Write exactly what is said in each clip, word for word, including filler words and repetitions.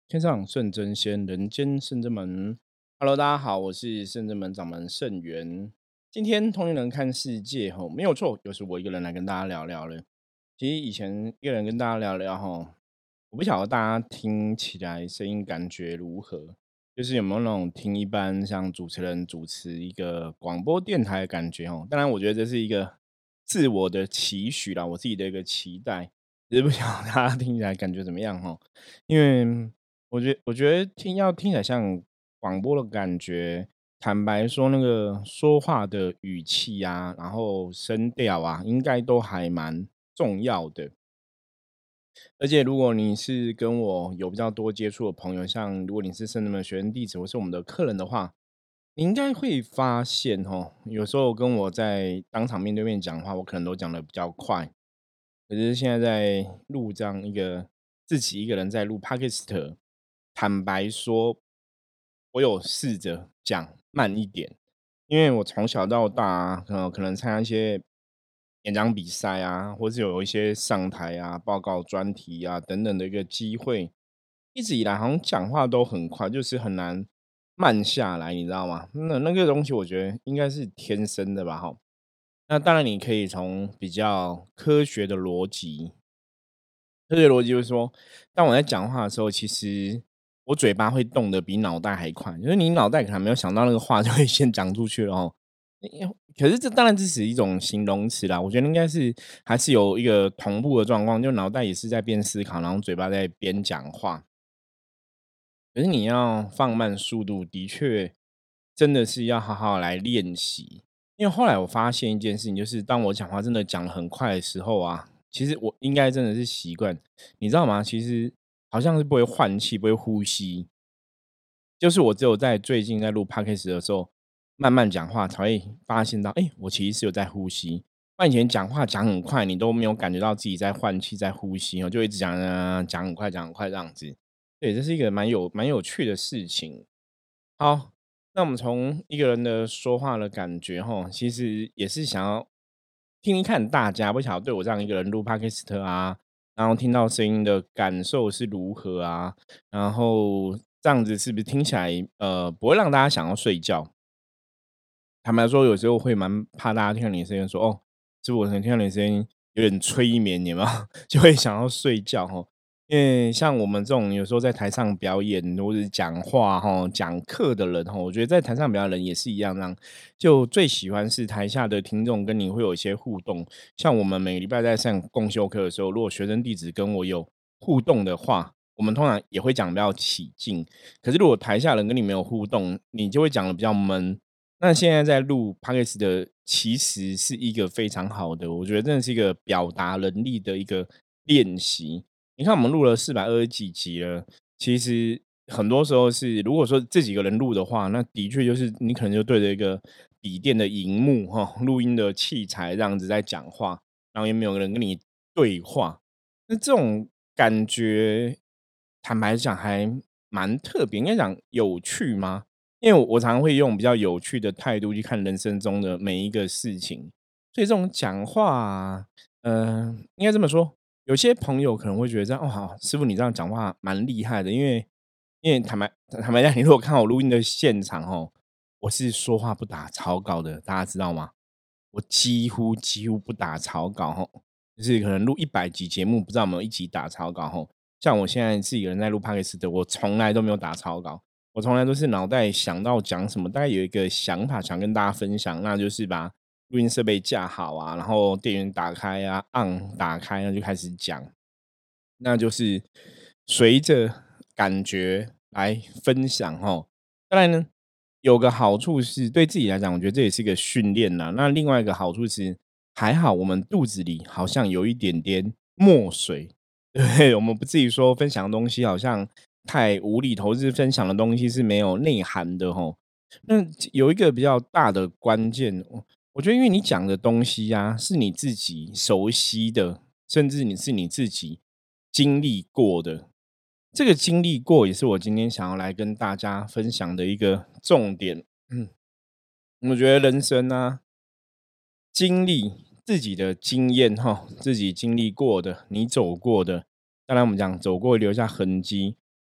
天上圣真仙，人间圣真门。Hello，大家好，我是圣真门掌门圣元。今天同龄人看世界，吼，没有错，又是我一个人来跟大家聊聊了。其实以前一个人跟大家聊聊，吼，我不晓得大家听起来声音感觉如何，就是有没有那种听一般像主持人主持一个广播电台的感觉，吼。当然，我觉得这是一个自我的期许啦，我自己的一个期待，只是不晓得大家听起来感觉怎么样，吼。因为我觉我觉得听要听起来像广播的感觉，坦白说，那个说话的语气啊，然后声调啊，应该都还蛮重要的。而且如果你是跟我有比较多接触的朋友，像如果你是圣人门学生弟子或是我们的客人的话，你应该会发现哦，有时候跟我在当场面对面讲话，我可能都讲的比较快。可是现在在录这样一个自己一个人在录 Podcast，坦白说，我有试着讲慢一点，因为我从小到大啊，呃，可能参加一些演讲比赛啊，或是有一些上台啊、报告专题啊等等的一个机会，一直以来好像讲话都很快，就是很难慢下来，你知道吗？那那个东西我觉得应该是天生的吧，哈。那当然，你可以从比较科学的逻辑，科学逻辑就是说，当我在讲话的时候，其实我嘴巴会动得比脑袋还快，就是你脑袋可能没有想到那个话，就会先讲出去了哦。因为可是这当然只是一种形容词啦，我觉得应该是还是有一个同步的状况，就脑袋也是在边思考，然后嘴巴在边讲话。可是你要放慢速度，的确真的是要好好来练习。因为后来我发现一件事情，就是当我讲话真的讲得很快的时候啊，其实我应该真的是习惯，你知道吗？其实好像是不会换气，不会呼吸，就是我只有在最近在录 podcast 的时候，慢慢讲话才会发现到，哎、我其实是有在呼吸。不然以前讲话讲很快，你都没有感觉到自己在换气、在呼吸哦，就一直讲啊讲很快、讲很快这样子。对，这是一个蛮有蛮有趣的事情。好，那我们从一个人的说话的感觉哈，其实也是想要听听看大家，不晓得对我这样一个人录 podcast 啊，然后听到声音的感受是如何啊？然后这样子是不是听起来呃不会让大家想要睡觉？坦白说，有时候会蛮怕大家听到你的声音说哦，师傅，我可能听到你的声音有点催眠，有没有？就会想要睡觉哈。因为像我们这种有时候在台上表演或者是讲话哈、讲课的人哈，我觉得在台上表演的人也是一样，这样就最喜欢是台下的听众跟你会有一些互动。像我们每个礼拜在上共修课的时候，如果学生弟子跟我有互动的话，我们通常也会讲得比较起劲。可是如果台下人跟你没有互动，你就会讲的比较闷。那现在在录 Podcast 的，其实是一个非常好的，我觉得真的是一个表达能力的一个练习。你看我们录了四百二十几集了，其实很多时候是如果说这几个人录的话，那的确就是你可能就对着一个笔电的荧幕哈，录音的器材这样子在讲话，然后也没有人跟你对话，那这种感觉，坦白讲还蛮特别，应该讲有趣吗？因为我我常常会用比较有趣的态度去看人生中的每一个事情，所以这种讲话啊，呃，应该这么说，有些朋友可能会觉得这样，哦，好，师傅你这样讲话蛮厉害的，因为因为坦白坦白讲，你如果看我录音的现场哦，我是说话不打草稿的，大家知道吗？我几乎几乎不打草稿吼，就是可能录一百集节目，不知道有没有一集打草稿吼。像我现在自己一个人在录 Podcast 的，我从来都没有打草稿，我从来都是脑袋想到讲什么，大概有一个想法想跟大家分享，那就是把录音设备架好啊，然后电源打开啊，on 打开，那就开始讲。那就是随着感觉来分享哦。当然呢，有个好处是对自己来讲，我觉得这也是一个训练呐。那另外一个好处是，还好我们肚子里好像有一点点墨水，对，我们不至于说分享的东西好像太无厘头，是分享的东西是没有内涵的吼。那有一个比较大的关键，我我觉得因为你讲的东西呀、是你自己熟悉的，甚至你是你自己经历过的。这个经历过也是我今天想要来跟大家分享的一个重点。嗯，我觉得人生呢、经历自己的经验哈，自己经历过的，你走过的，当然我们讲走过留下痕迹，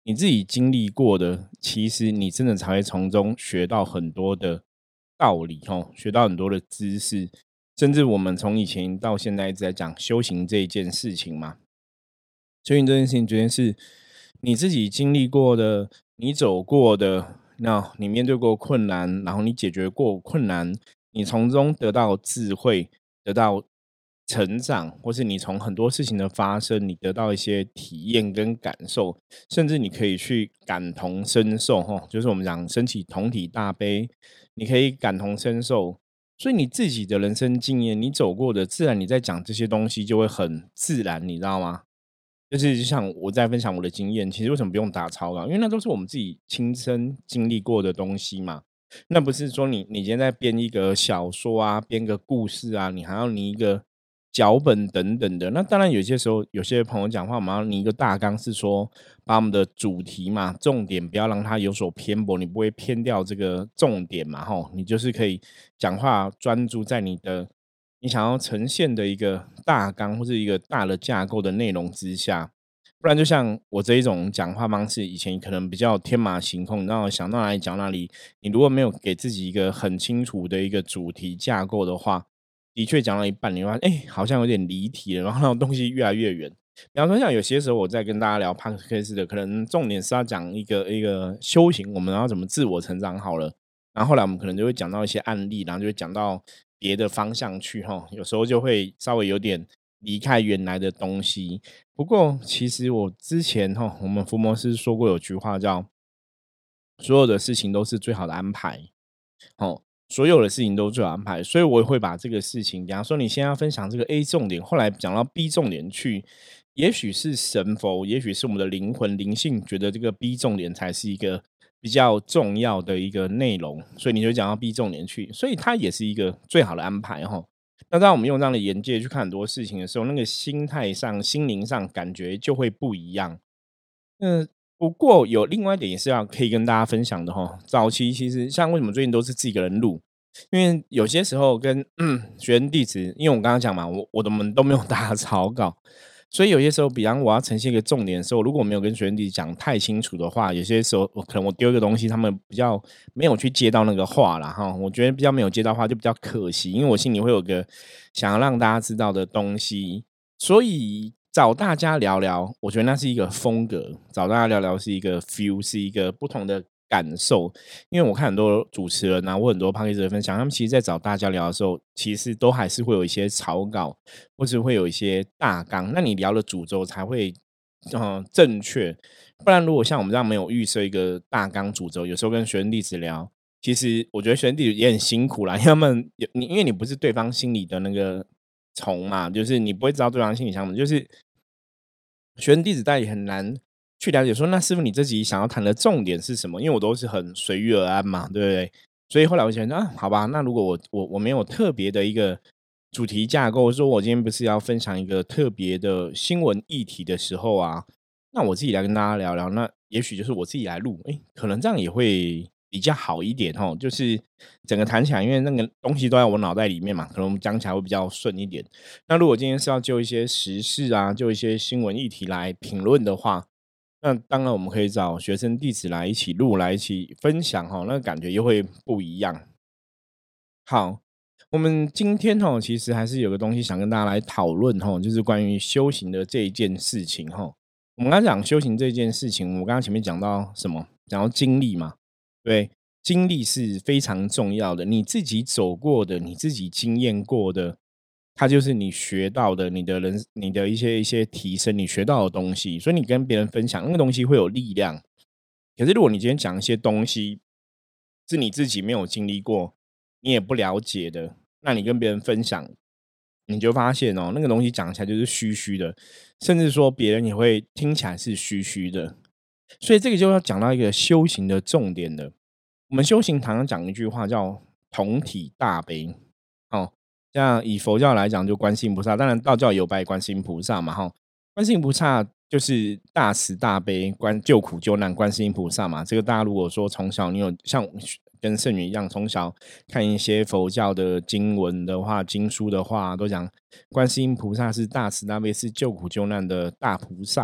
你自己经历过的，其实你真的才会从中学到很多的道理哦，学到很多的知识。甚至我们从以前到现在一直在讲修行这一件事情嘛，修行这件事情，决定是你自己经历过的，你走过的，那你面对过困难，然后你解决过困难，你从中得到智慧，得到成长，或是你从很多事情的发生，你得到一些体验跟感受，甚至你可以去感同身受，哈，就是我们讲升起同体大悲，你可以感同身受。所以你自己的人生经验，你走过的，自然你在讲这些东西就会很自然，你知道吗？就是就像我在分享我的经验，其实为什么不用打草稿？因为那都是我们自己亲身经历过的东西嘛。那不是说你你今天在编一个小说啊，编个故事啊，你还要拟一个脚本等等的。那当然有些时候，有些朋友讲话，我们要拟一个大纲，是说把我们的主题嘛，重点不要让它有所偏颇，你不会偏掉这个重点嘛，吼，你就是可以讲话专注在你的你想要呈现的一个大纲或是一个大的架构的内容之下。不然就像我这一种讲话方式，以前可能比较天马行空，让我想到哪里讲哪里。你如果没有给自己一个很清楚的一个主题架构的话，的确讲到一半，你会发现，哎、好像有点离题了，然后那种东西越来越远。比方说，像有些时候我在跟大家聊 podcast 的，可能重点是要讲一个一个修行，我们要怎么自我成长好了。然后后来我们可能就会讲到一些案例，然后就会讲到别的方向去哈，有时候就会稍微有点离开原来的东西。不过其实我之前哈，我们福摩斯说过有句话叫“所有的事情都是最好的安排”，哦，所有的事情都最好安排，所以我也会把这个事情，比方说你先要分享这个 A 重点，后来讲到 B 重点去，也许是神佛，也许是我们的灵魂灵性觉得这个 B 重点才是一个比较重要的一个内容，所以你就讲到 B 重点去，所以它也是一个最好的安排哈。那当我们用这样的眼界去看很多事情的时候，那个心态上、心灵上感觉就会不一样。嗯，不过有另外一点也是要可以跟大家分享的哈。早期其实像为什么最近都是自己一个人录，因为有些时候跟嗯学生弟子，因为我刚刚讲嘛，我我的们都没有打草稿，所以有些时候，比方我要呈现一个重点的时候，如果没有跟学生弟子讲太清楚的话，有些时候我可能我丢一个东西，他们比较没有去接到那个话啦哈。我觉得比较没有接到话就比较可惜，因为我心里会有个想要让大家知道的东西，所以找大家聊聊，我觉得那是一个风格，找大家聊聊是一个 feel，是一个不同的感受。因为我看很多主持人啊，或很多 p o d c a s t 的分享，他们其实在找大家聊的时候，其实都还是会有一些草稿，或是会有一些大纲，那你聊的主轴才会呃正确。不然如果像我们这样没有预设一个大纲主轴，有时候跟学生弟子聊，其实我觉得学生弟子也很辛苦啦，因为他们有你，因为你不是对方心里的那个虫嘛，就是你不会知道对方心里想什么，就是学生弟子但也很难去了解说，那师傅你这集想要谈的重点是什么？因为我都是很随遇而安嘛，对不对？所以后来我想啊，好吧，那如果我我我没有特别的一个主题架构，说我今天不是要分享一个特别的新闻议题的时候啊，那我自己来跟大家聊聊，那也许就是我自己来录，诶，可能这样也会比较好一点哦。就是整个谈起来，因为那个东西都在我脑袋里面嘛，可能我们讲起来会比较顺一点。那如果今天是要就一些时事啊，就一些新闻议题来评论的话，那当然我们可以找学生弟子来一起录，来一起分享哈，那个感觉又会不一样。好，我们今天哈，其实还是有个东西想跟大家来讨论哈，就是关于修行的这一件事情哈。我们刚刚讲修行这件事情，我们刚刚前面讲到什么？讲到经历嘛，对，经历是非常重要的。你自己走过的，你自己经验过的，它就是你学到的，你的人，你的一些一些提升，你学到的东西。所以你跟别人分享那个东西会有力量。可是如果你今天讲一些东西是你自己没有经历过，你也不了解的，那你跟别人分享，你就发现哦，那个东西讲起来就是虚虚的，甚至说别人也会听起来是虚虚的。所以这个就要讲到一个修行的重点了。我们修行常常讲一句话叫同体大悲。哦，像以佛教来讲就观世音菩萨，当然道教有拜观世音菩萨嘛，哈，观世音菩萨就是大慈大悲、观救苦救难观世音菩萨嘛。这个大家如果说从小你有像跟圣女一样，从小看一些佛教的经文的话、经书的话，都讲观世音菩萨是大慈大悲、是救苦救难的大菩萨哈。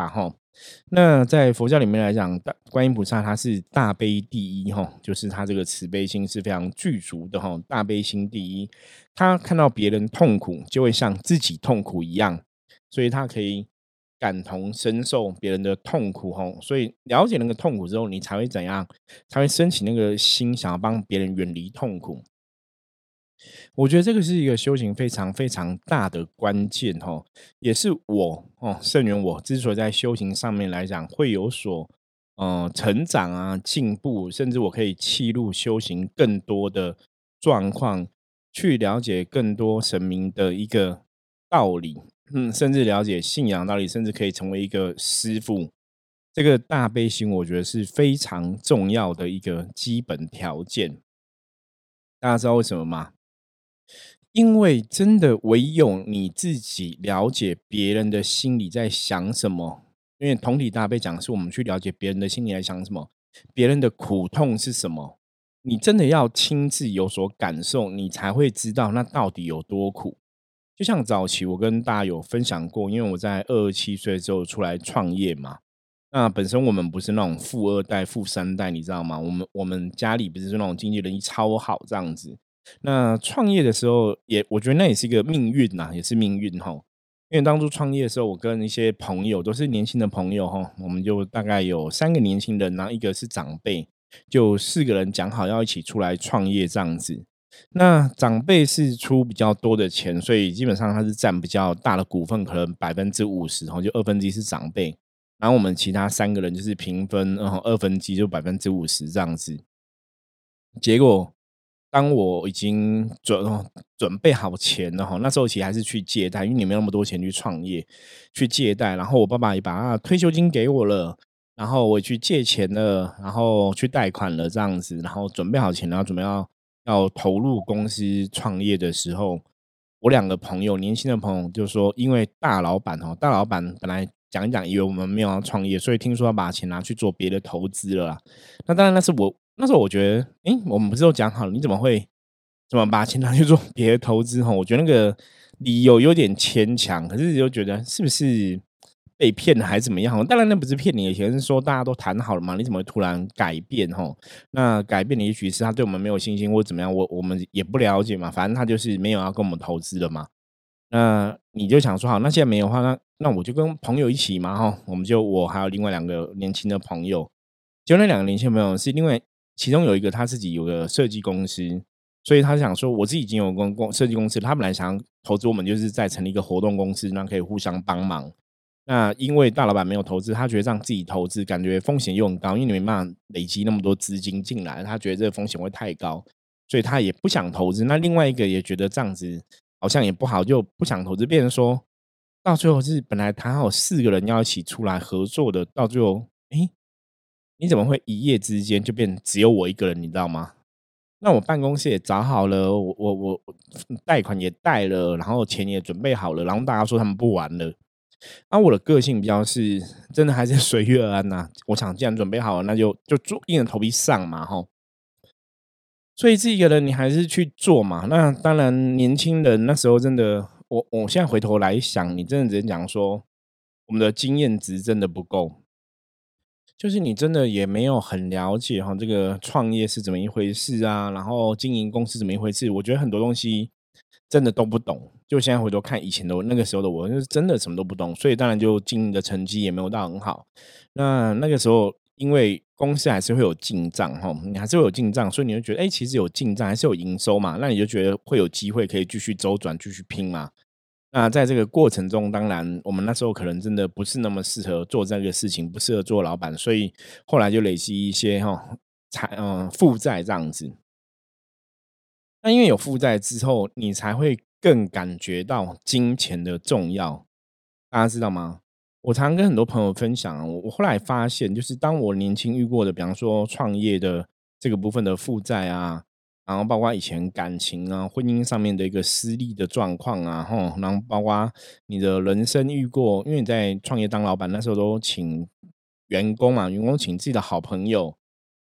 那在佛教里面来讲，大观音菩萨他是大悲第一哈，就是他这个慈悲心是非常具足的哈，大悲心第一。他看到别人痛苦，就会像自己痛苦一样，所以他可以感同身受别人的痛苦哈。所以了解那个痛苦之后，你才会怎样？才会升起那个心，想要帮别人远离痛苦。我觉得这个是一个修行非常非常大的关键哈，也是我哦圣元我之所以在修行上面来讲会有所呃成长啊进步，甚至我可以契入修行更多的状况，去了解更多神明的一个道理，嗯，甚至了解信仰道理，甚至可以成为一个师傅。这个大悲心，我觉得是非常重要的一个基本条件。大家知道为什么吗？因为真的唯有你自己了解别人的心里在想什么，因为同理大悲讲的是我们去了解别人的心里在想什么，别人的苦痛是什么，你真的要亲自有所感受，你才会知道那到底有多苦。就像早期我跟大家有分享过，因为我在二十七岁之后出来创业嘛，那本身我们不是那种富二代、富三代，你知道吗？我们我们家里不是那种经济能力超好这样子。那创业的时候也我觉得那也是一个命运呐，也是命运哈。因为当初创业的时候，我跟一些朋友都是年轻的朋友哈，我们就大概有三个年轻人，然后一个是长辈，就四个人讲好要一起出来创业这样子。那长辈是出比较多的钱，所以基本上他是占比较大的股份，可能百分之五十，就二分之一是长辈，然后我们其他三个人就是平分，然后二分之一就百分之五十这样子。结果当我已经准哦准备好钱了哈，那时候其实还是去借贷，因为你没有那么多钱去创业，去借贷。然后我爸爸也把他的退休金给我了，然后我也去借钱了，然后去贷款了这样子，然后准备好钱，然后准备要要投入公司创业的时候，我两个朋友，年轻的朋友就说，因为大老板哦，大老板本来讲一讲，以为我们没有要创业，所以听说要把钱拿去做别的投资了啦。那当然，那是我那时候我觉得，诶，我们不是都讲好了，你怎么会怎么把钱拿去做别的投资？哈，我觉得那个理由有点牵强，可是又觉得是不是被骗了还是怎么样？当然，那不是骗你的钱，是说大家都谈好了嘛，你怎么会突然改变？哈，那改变的也许是他对我们没有信心，或怎么样，我我们也不了解嘛。反正他就是没有要跟我们投资了嘛。那你就想说，好，那现在没有的话，那那我就跟朋友一起嘛，哈，我们就我还有另外两个年轻的朋友，就那两个年轻朋友是另外其中有一个他自己有个设计公司，所以他想说，我自己已经有公公设计公司，他本来想要投资我们，就是再成立一个活动公司，那可以互相帮忙。那因为大老板没有投资，他觉得让自己投资感觉风险又很高，因为你没办法累积那么多资金进来，他觉得这个风险会太高，所以他也不想投资。那另外一个也觉得这样子好像也不好，就不想投资，变成说到最后是本来谈好四个人要一起出来合作的，到最后，诶，你怎么会一夜之间就变只有我一个人，你知道吗？那我办公室也找好了，我我我贷款也贷了，然后钱也准备好了，然后大家说他们不玩了。那、我的个性比较是真的还是随遇而安呐、我想既然准备好了，那就就做，硬着头皮上嘛，吼。所以自己一个人你还是去做嘛。那当然，年轻人那时候真的，我我现在回头来想，你真的只能讲说，我们的经验值真的不够。就是你真的也没有很了解哈，这个创业是怎么一回事啊，然后经营公司怎么一回事，我觉得很多东西真的都不懂。就现在回头看以前的我，那个时候的我，就是真的什么都不懂，所以当然就经营的成绩也没有到很好。那那个时候，因为公司还是会有进账哈，你还是会有进账，所以你就觉得，哎、其实有进账，还是有营收嘛，那你就觉得会有机会可以继续周转，继续拼嘛。那在这个过程中，当然我们那时候可能真的不是那么适合做这个事情，不适合做老板，所以后来就累积一些哈财呃负债这样子。那因为有负债之后，你才会更感觉到金钱的重要，大家知道吗？我常跟很多朋友分享啊，我我后来发现，就是当我年轻遇过的，比方说创业的这个部分的负债啊，然后包括以前感情啊、婚姻上面的一个失利的状况啊，吼，然后包括你的人生遇过，因为你在创业当老板那时候都请员工嘛，员工请自己的好朋友，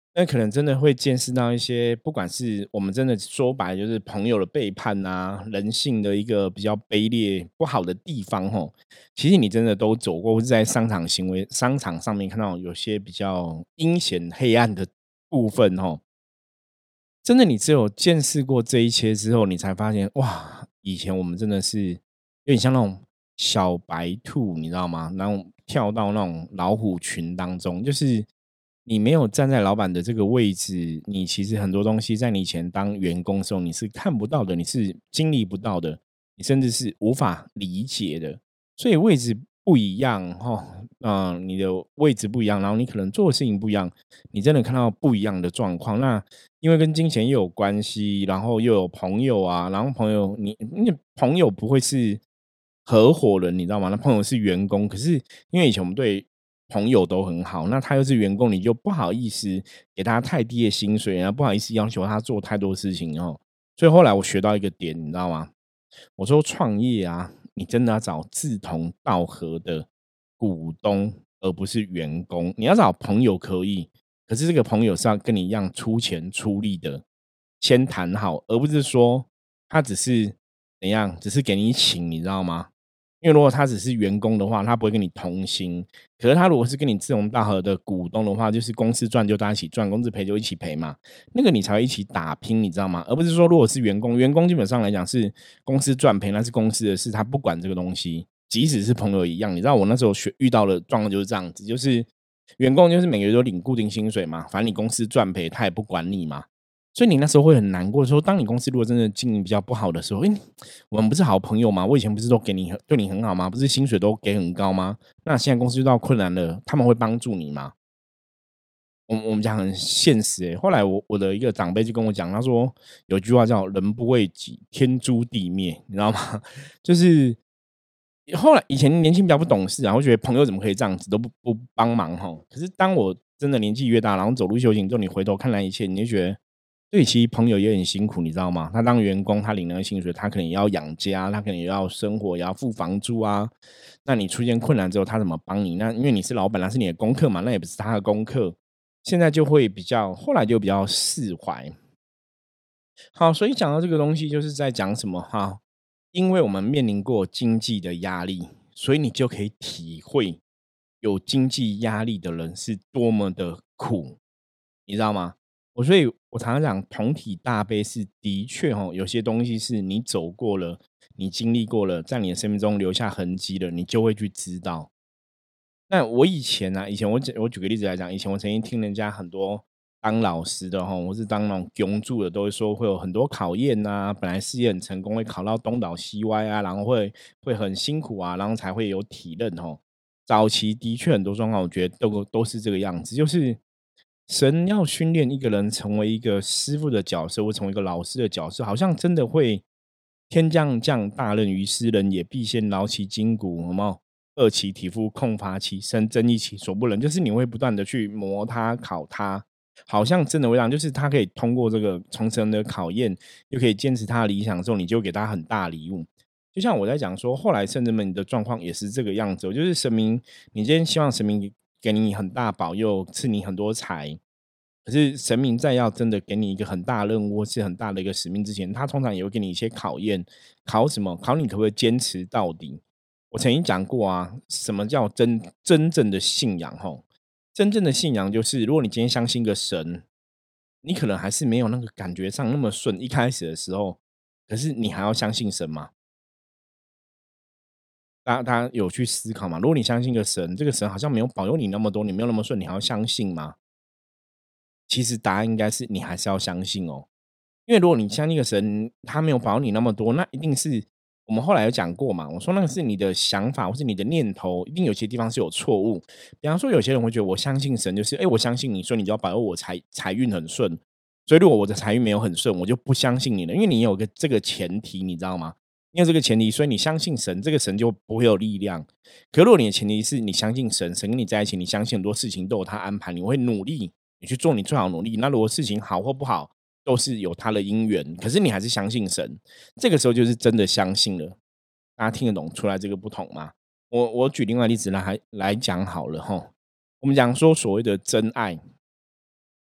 那可能真的会见识到一些，不管是我们真的说白了就是朋友的背叛啊，人性的一个比较卑劣不好的地方吼。其实你真的都走过，或是在商场行为商场上面看到有些比较阴险黑暗的部分吼。真的你只有见识过这一切之后，你才发现，哇，以前我们真的是有点像那种小白兔，你知道吗？然后跳到那种老虎群当中，就是你没有站在老板的这个位置，你其实很多东西在你以前当员工的时候你是看不到的，你是经历不到的，你甚至是无法理解的。所以位置不一样哈，嗯，你的位置不一样，然后你可能做的事情不一样，你真的看到不一样的状况。那因为跟金钱又有关系，然后又有朋友啊，然后朋友你你朋友不会是合伙人，你知道吗？那朋友是员工，可是因为以前我们对朋友都很好，那他又是员工，你就不好意思给他太低的薪水，然后不好意思要求他做太多事情哦。所以后来我学到一个点，你知道吗？我说创业啊，你真的要找志同道合的股东，而不是员工。你要找朋友可以，可是这个朋友是要跟你一样出钱出力的，先谈好，而不是说他只是怎样，只是给你请，你知道吗？因为如果他只是员工的话，他不会跟你同心。可是他如果是跟你志同道合的股东的话，就是公司赚就大家一起赚，公司赔就一起赔嘛。那个你才会一起打拼，你知道吗？而不是说如果是员工，员工基本上来讲是公司赚赔，那是公司的事，他不管这个东西。即使是朋友一样，你知道我那时候学遇到的状况就是这样子，就是员工就是每个月都领固定薪水嘛，反正你公司赚赔他也不管你嘛。所以你那时候会很难过，说当你公司如果真的经营比较不好的时候，诶，我们不是好朋友吗？我以前不是都给你对你很好吗？不是薪水都给很高吗？那现在公司遇到困难了，他们会帮助你吗？我们我们讲很现实诶，后来我我的一个长辈就跟我讲，他说有句话叫"人不为己，天诛地灭"，你知道吗？就是后来以前年轻比较不懂事啊，会觉得朋友怎么可以这样子都不不帮忙哈。可是当我真的年纪越大，然后走路修行之后，你回头看那一切，你就觉得，对，其实朋友也很辛苦，你知道吗？他当员工，他领那个薪水，他可能也要养家，他可能也要生活，也要付房租啊。那你出现困难之后，他怎么帮你？那因为你是老板，那是你的功课嘛，那也不是他的功课。现在就会比较，后来就比较释怀。好，所以讲到这个东西，就是在讲什么哈？因为我们面临过经济的压力，所以你就可以体会有经济压力的人是多么的苦，你知道吗？我所以，我常常讲同体大悲是的确哦，有些东西是你走过了，你经历过了，在你的生命中留下痕迹了，你就会去知道。那我以前呢、啊，以前我举我举个例子来讲，以前我曾经听人家很多当老师的哈，或是当那种公助的，都会说会有很多考验呐、本来事业很成功，会考到东倒西歪啊，然后会会很辛苦啊，然后才会有体认哈。早期的确很多状况，我觉得都都是这个样子，就是神要训练一个人成为一个师傅的角色，或成为一个老师的角色，好像真的会天将降大任于斯人也，必先劳其筋骨，有没有？饿其体肤，空乏其身，增益其所不能。就是你会不断的去磨它、烤它，好像真的会让，就是他可以通过这个重生的考验，又可以坚持他的理想之后，你就给他很大礼物。就像我在讲说，后来圣人们的状况也是这个样子，就是神明，你今天希望神明给你很大保佑，赐你很多财，可是神明在要真的给你一个很大的任务，或是很大的一个使命之前，他通常也会给你一些考验，考什么？考你可不可以坚持到底？我曾经讲过啊，什么叫真真正的信仰？吼，真正的信仰就是，如果你今天相信一个神，你可能还是没有那个感觉上那么顺，一开始的时候，可是你还要相信神吗？大家大家有去思考吗？如果你相信一个神，这个神好像没有保佑你那么多，你没有那么顺，你还要相信吗？其实答案应该是你还是要相信哦。因为如果你相信一个神，他没有保佑你那么多，那一定是我们后来有讲过嘛。我说那个是你的想法或是你的念头，一定有些地方是有错误。比方说，有些人会觉得我相信神，就是哎，诶我相信你，所以你就要保佑我财财运很顺。所以如果我的财运没有很顺，我就不相信你了，因为你有个这个前提，你知道吗？因为这个前提，所以你相信神，这个神就不会有力量。可如果你的前提是你相信神，神跟你在一起，你相信很多事情都有他安排，你会努力，你去做你最好的努力。那如果事情好或不好，都是有他的因缘，可是你还是相信神，这个时候就是真的相信了。大家听得懂出来这个不同吗？我我举另外例子来来讲好了哈。我们讲说所谓的真爱，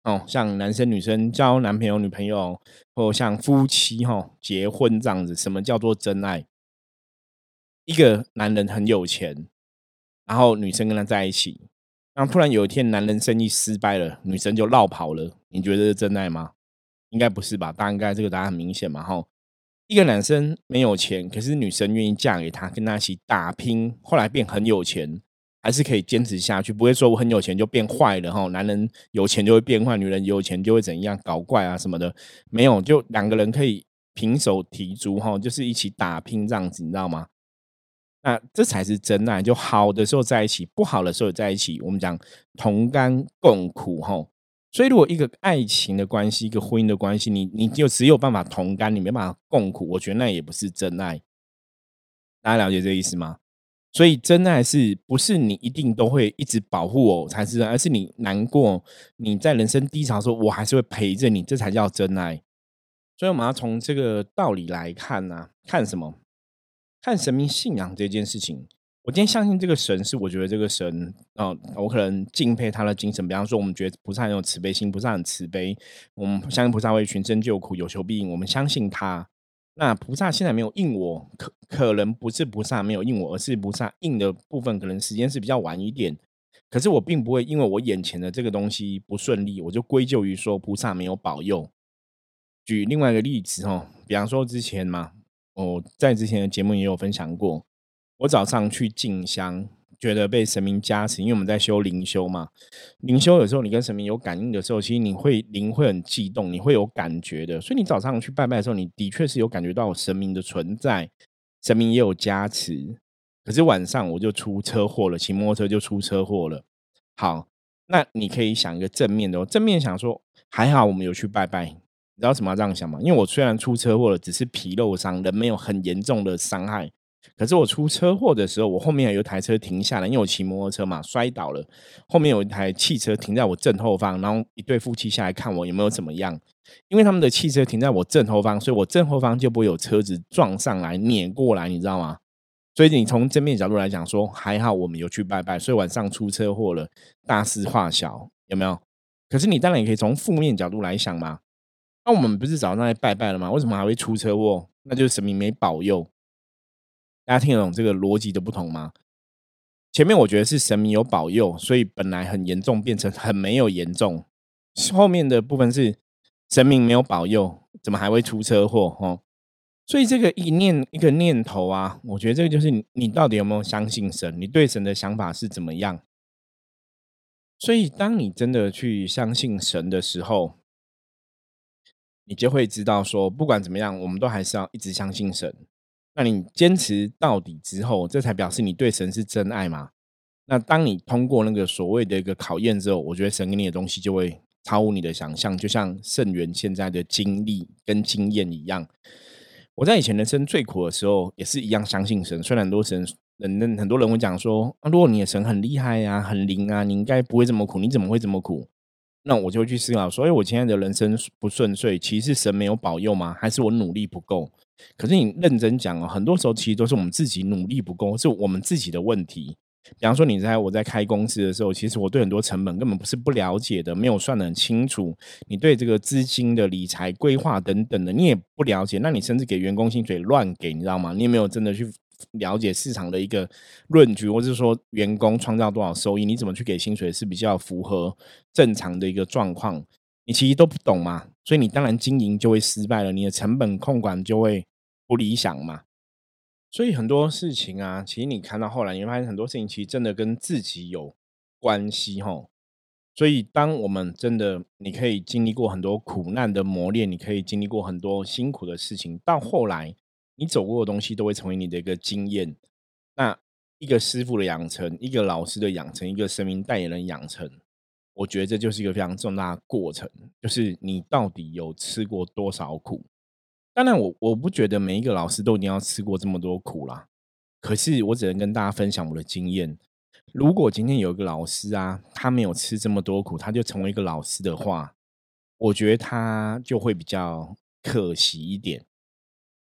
哦，像男生女生交男朋友女朋友，或像夫妻哈、结婚这样子，什么叫做真爱？一个男人很有钱，然后女生跟他在一起，然后突然有一天男人生意失败了，女生就落跑了，你觉得是真爱吗？应该不是吧？大家应该这个答案很明显嘛，哈。一个男生没有钱，可是女生愿意嫁给他，跟他一起打拼，后来变很有钱，还是可以坚持下去，不会说我很有钱就变坏了哈。男人有钱就会变坏，女人有钱就会怎样搞怪啊什么的，没有，就两个人可以平手提足哈，就是一起打拼这样子，你知道吗？那这才是真爱，就好的时候在一起，不好的时候在一起，我们讲同甘共苦吼。所以如果一个爱情的关系，一个婚姻的关系，你你就只有办法同甘，你没办法共苦，我觉得那也不是真爱。大家了解这个意思吗？所以真爱是不是你一定都会一直保护我才是真爱，而是你难过，你在人生低潮的时候，我还是会陪着你，这才叫真爱。所以我们要从这个道理来看呢、看什么？看神明信仰这件事情，我今天相信这个神是我觉得这个神，呃，我可能敬佩他的精神。比方说，我们觉得菩萨很有慈悲心，菩萨很慈悲，我们相信菩萨会寻声救苦，有求必应，我们相信他。那菩萨现在没有应我，可可能不是菩萨没有应我，而是菩萨应的部分可能时间是比较晚一点。可是我并不会因为我眼前的这个东西不顺利，我就归咎于说菩萨没有保佑。举另外一个例子哦，比方说之前嘛，我在之前的节目也有分享过，我早上去进香，觉得被神明加持，因为我们在修灵修嘛。灵修有时候你跟神明有感应的时候，其实你会灵会很悸动，你会有感觉的。所以你早上去拜拜的时候，你的确是有感觉到神明的存在，神明也有加持。可是晚上我就出车祸了，骑摩托车就出车祸了。好，那你可以想一个正面的哦，正面想说还好我们有去拜拜，你知道为什么要这样想吗？因为我虽然出车祸了，只是皮肉伤，人没有很严重的伤害。可是我出车祸的时候，我后面有一台车停下来，因为我骑摩托车嘛，摔倒了。后面有一台汽车停在我正后方，然后一对夫妻下来看我有没有怎么样。因为他们的汽车停在我正后方，所以我正后方就不会有车子撞上来碾过来，你知道吗？所以你从正面角度来讲说，还好我们有去拜拜，所以晚上出车祸了，大事化小，有没有？可是你当然也可以从负面角度来想嘛。那我们不是早上在拜拜了吗？为什么还会出车祸？那就是神明没保佑。大家听得懂这个逻辑的不同吗？前面我觉得是神明有保佑，所以本来很严重变成很没有严重。后面的部分是神明没有保佑，怎么还会出车祸？哦，所以这个一念一个念头啊，我觉得这个就是你你到底有没有相信神，你对神的想法是怎么样？所以当你真的去相信神的时候，你就会知道说，不管怎么样，我们都还是要一直相信神。那你坚持到底之后，这才表示你对神是真爱嘛？那当你通过那个所谓的一个考验之后，我觉得神给你的东西就会超乎你的想象，就像圣元现在的经历跟经验一样。我在以前人生最苦的时候，也是一样相信神。虽然很多神人很多人会讲说，啊，如果你的神很厉害啊、很灵啊，你应该不会这么苦，你怎么会这么苦？那我就会去思考说，哎，我现在的人生不顺遂，其实是神没有保佑吗？还是我努力不够？可是你认真讲哦，很多时候其实都是我们自己努力不够，是我们自己的问题。比方说，你在我在开公司的时候，其实我对很多成本根本不是不了解的，没有算得很清楚。你对这个资金的理财规划等等的，你也不了解，那你甚至给员工薪水乱给，你知道吗？你也没有真的去了解市场的一个论据，或是说员工创造多少收益，你怎么去给薪水是比较符合正常的一个状况，你其实都不懂嘛，所以你当然经营就会失败了，你的成本控管就会不理想嘛。所以很多事情啊，其实你看到后来，你会发现很多事情其实真的跟自己有关系吼。所以当我们真的你可以经历过很多苦难的磨练，你可以经历过很多辛苦的事情，到后来你走过的东西都会成为你的一个经验。那一个师傅的养成，一个老师的养成，一个神明代言人养成，我觉得这就是一个非常重大的过程，就是你到底有吃过多少苦。当然我我不觉得每一个老师都一定要吃过这么多苦啦，可是我只能跟大家分享我的经验。如果今天有一个老师啊，他没有吃这么多苦，他就成为一个老师的话，我觉得他就会比较可惜一点。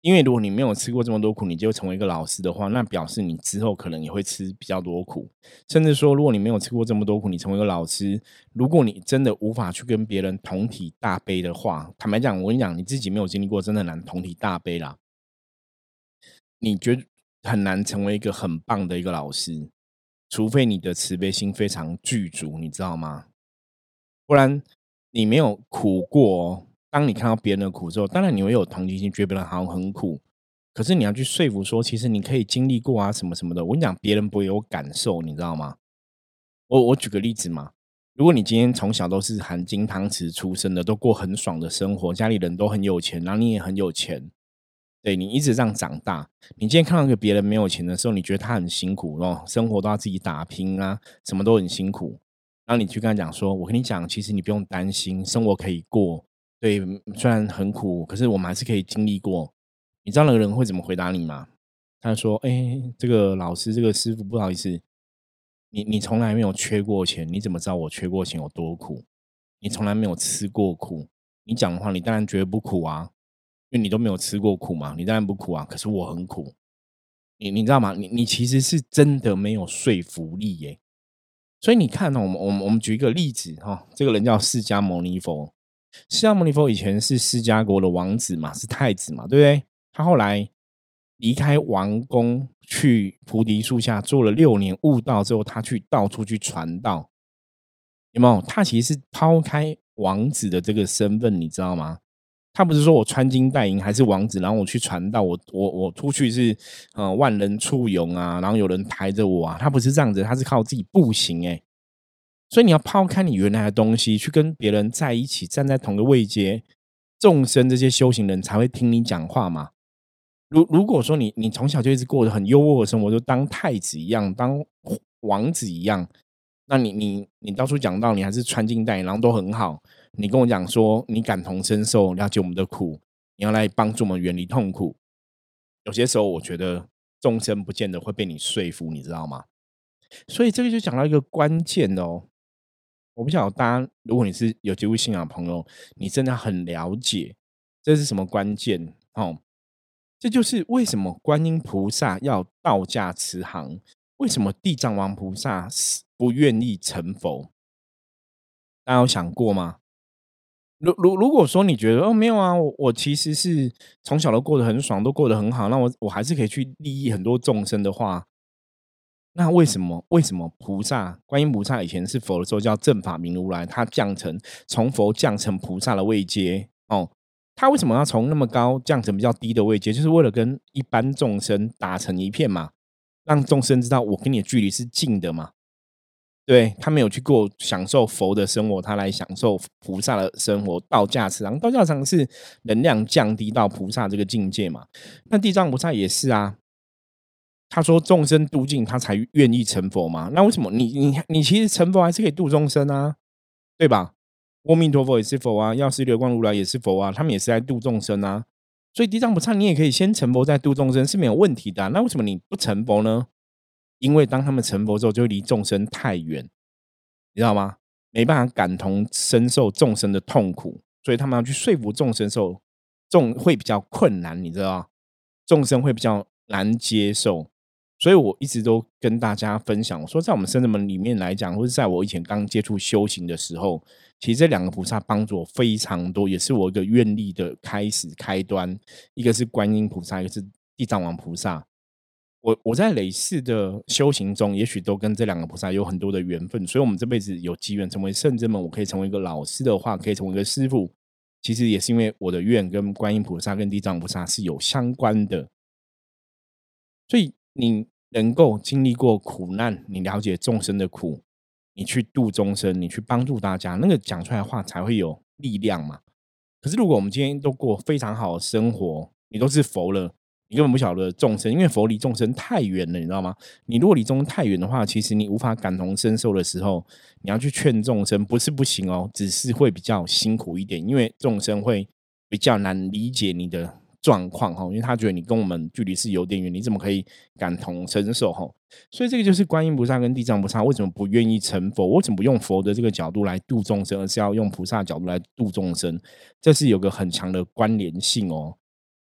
因为如果你没有吃过这么多苦，你就成为一个老师的话，那表示你之后可能也会吃比较多苦。甚至说，如果你没有吃过这么多苦，你成为一个老师，如果你真的无法去跟别人同体大悲的话，坦白讲，我跟你讲，你自己没有经历过，真的很难同体大悲啦。你觉得很难成为一个很棒的一个老师，除非你的慈悲心非常具足，你知道吗？不然你没有苦过哦。当你看到别人的苦之后，当然你会有同情心，觉得别人好像很苦。可是你要去说服说，其实你可以经历过啊，什么什么的。我跟你讲，别人不会有感受，你知道吗？我我举个例子嘛，如果你今天从小都是含金汤匙出生的，都过很爽的生活，家里人都很有钱，然后你也很有钱，对你一直这样长大，你今天看到一个别人没有钱的时候，你觉得他很辛苦哦，生活都要自己打拼啊，什么都很辛苦。然后你去跟他讲说：“我跟你讲，其实你不用担心，生活可以过。对，虽然很苦，可是我们还是可以经历过。”你知道那个人会怎么回答你吗？他说：“哎，这个老师，这个师傅，不好意思，你你从来没有缺过钱，你怎么知道我缺过钱有多苦？你从来没有吃过苦，你讲的话，你当然觉得不苦啊，因为你都没有吃过苦嘛，你当然不苦啊。可是我很苦，你你知道吗？你你其实是真的没有说服力耶。所以你看哦，我们我们我们举一个例子哈、哦，这个人叫释迦牟尼佛。释迦牟尼佛以前是释迦国的王子嘛，是太子嘛，对不对？他后来离开王宫，去菩提树下做了六年悟道之后，他去到处去传道，有没有？他其实是抛开王子的这个身份，你知道吗？他不是说我穿金戴银还是王子，然后我去传道，我我我出去是呃万人簇拥啊，然后有人抬着我啊，他不是这样子，他是靠自己步行哎、欸。所以你要抛开你原来的东西，去跟别人在一起，站在同个位阶，众生这些修行人才会听你讲话嘛。如如果说你你从小就一直过得很优渥的生活，就当太子一样，当王子一样，那你你你到处讲道，你还是穿金戴银，然后都很好。你跟我讲说你感同身受，了解我们的苦，你要来帮助我们远离痛苦。有些时候，我觉得众生不见得会被你说服，你知道吗？所以这个就讲到一个关键哦。我不晓得大家，如果你是有接触信仰的朋友，你真的很了解这是什么关键哦。这就是为什么观音菩萨要道驾慈航，为什么地藏王菩萨不愿意成佛？大家有想过吗？如如如果说你觉得哦没有啊，我我其实是从小都过得很爽，都过得很好，那我我还是可以去利益很多众生的话，那为什么为什么菩萨观音菩萨以前是佛的时候叫正法明如来，他降成从佛降成菩萨的位阶哦，他为什么要从那么高降成比较低的位阶？就是为了跟一般众生打成一片嘛，让众生知道我跟你的距离是近的嘛。对，他没有去过享受佛的生活，他来享受菩萨的生活，道驾慈航。道驾慈航是能量降低到菩萨这个境界嘛？那地藏菩萨也是啊。他说众生度尽，他才愿意成佛嘛。那为什么你你你其实成佛还是可以度众生啊，对吧？阿弥陀佛也是佛啊，药师流光如来也是佛啊，他们也是在度众生啊。所以地藏菩萨你也可以先成佛再度众生是没有问题的啊。那为什么你不成佛呢？因为当他们成佛之后，就会离众生太远，你知道吗？没办法感同身受众生的痛苦，所以他们要去说服众生受众会比较困难，你知道吗？众生会比较难接受。所以我一直都跟大家分享，我说在我们圣者门里面来讲，或者在我以前刚接触修行的时候，其实这两个菩萨帮助我非常多，也是我一个愿力的开始开端。一个是观音菩萨，一个是地藏王菩萨。我我在累世的修行中，也许都跟这两个菩萨有很多的缘分，所以我们这辈子有机缘成为圣者们，我可以成为一个老师的话，可以成为一个师父，其实也是因为我的愿跟观音菩萨跟地藏菩萨是有相关的。所以你能够经历过苦难，你了解众生的苦，你去度众生，你去帮助大家，那个讲出来的话才会有力量嘛。可是如果我们今天都过非常好的生活，你都是佛了，你根本不晓得众生，因为佛离众生太远了，你知道吗？你如果离众生太远的话，其实你无法感同身受的时候，你要去劝众生，不是不行哦，只是会比较辛苦一点，因为众生会比较难理解你的状况，因为他觉得你跟我们距离是有点远，你怎么可以感同身受？所以这个就是观音菩萨跟地藏菩萨为什么不愿意成佛，为什么不用佛的这个角度来度众生，而是要用菩萨的角度来度众生，这是有个很强的关联性哦。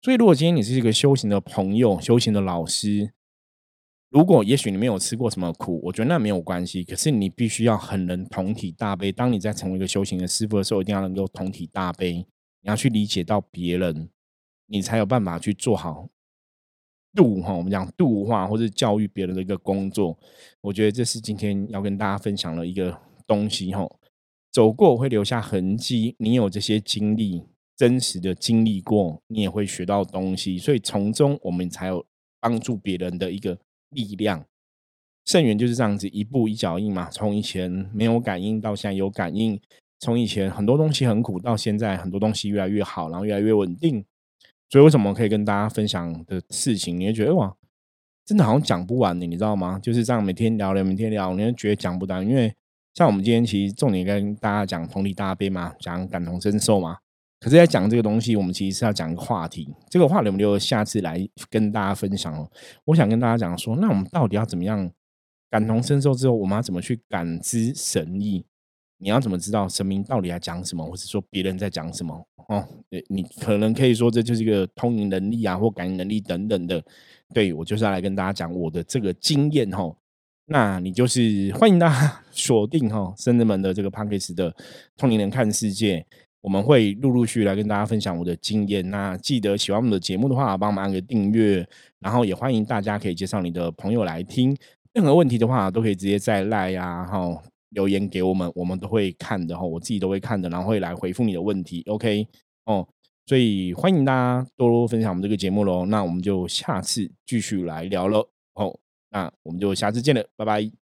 所以如果今天你是一个修行的朋友、修行的老师，如果也许你没有吃过什么苦，我觉得那没有关系。可是你必须要很能同体大悲。当你在成为一个修行的师傅的时候，一定要能够同体大悲，你要去理解到别人，你才有办法去做好度哈，我们讲度化或是教育别人的一个工作。我觉得这是今天要跟大家分享的一个东西哈。走过会留下痕迹，你有这些经历，真实的经历过，你也会学到东西，所以从中我们才有帮助别人的一个力量。圣元就是这样子，一步一脚印嘛，从以前没有感应到现在有感应，从以前很多东西很苦到现在很多东西越来越好，然后越来越稳定。所以为什么可以跟大家分享的事情，你会觉得哇，真的好像讲不完你，你知道吗？就是这样每天聊聊，每天聊，你会觉得讲不完，因为像我们今天其实重点跟大家讲同理大悲嘛，讲感同身受嘛。可是，在讲这个东西，我们其实是要讲一个话题，这个话题我们留下次来跟大家分享哦。我想跟大家讲说，那我们到底要怎么样感同身受之后，我们要怎么去感知神意？你要怎么知道神明到底在讲什么，或者说别人在讲什么？哦，你可能可以说这就是一个通灵能力啊，或感应能力等等的。对，我就是要来跟大家讲我的这个经验哈。那你就是欢迎大家锁定哈圣人们的这个 Podcast 的通灵人看世界，我们会陆陆续续来跟大家分享我的经验。那记得喜欢我们的节目的话，帮我们按个订阅，然后也欢迎大家可以介绍你的朋友来听。任何问题的话，都可以直接在 LINE 啊，哈留言给我们，我们都会看的哈，我自己都会看的，然后会来回复你的问题。OK 哦，所以欢迎大家多多分享我们这个节目喽。那我们就下次继续来聊了哦，那我们就下次见了，拜拜。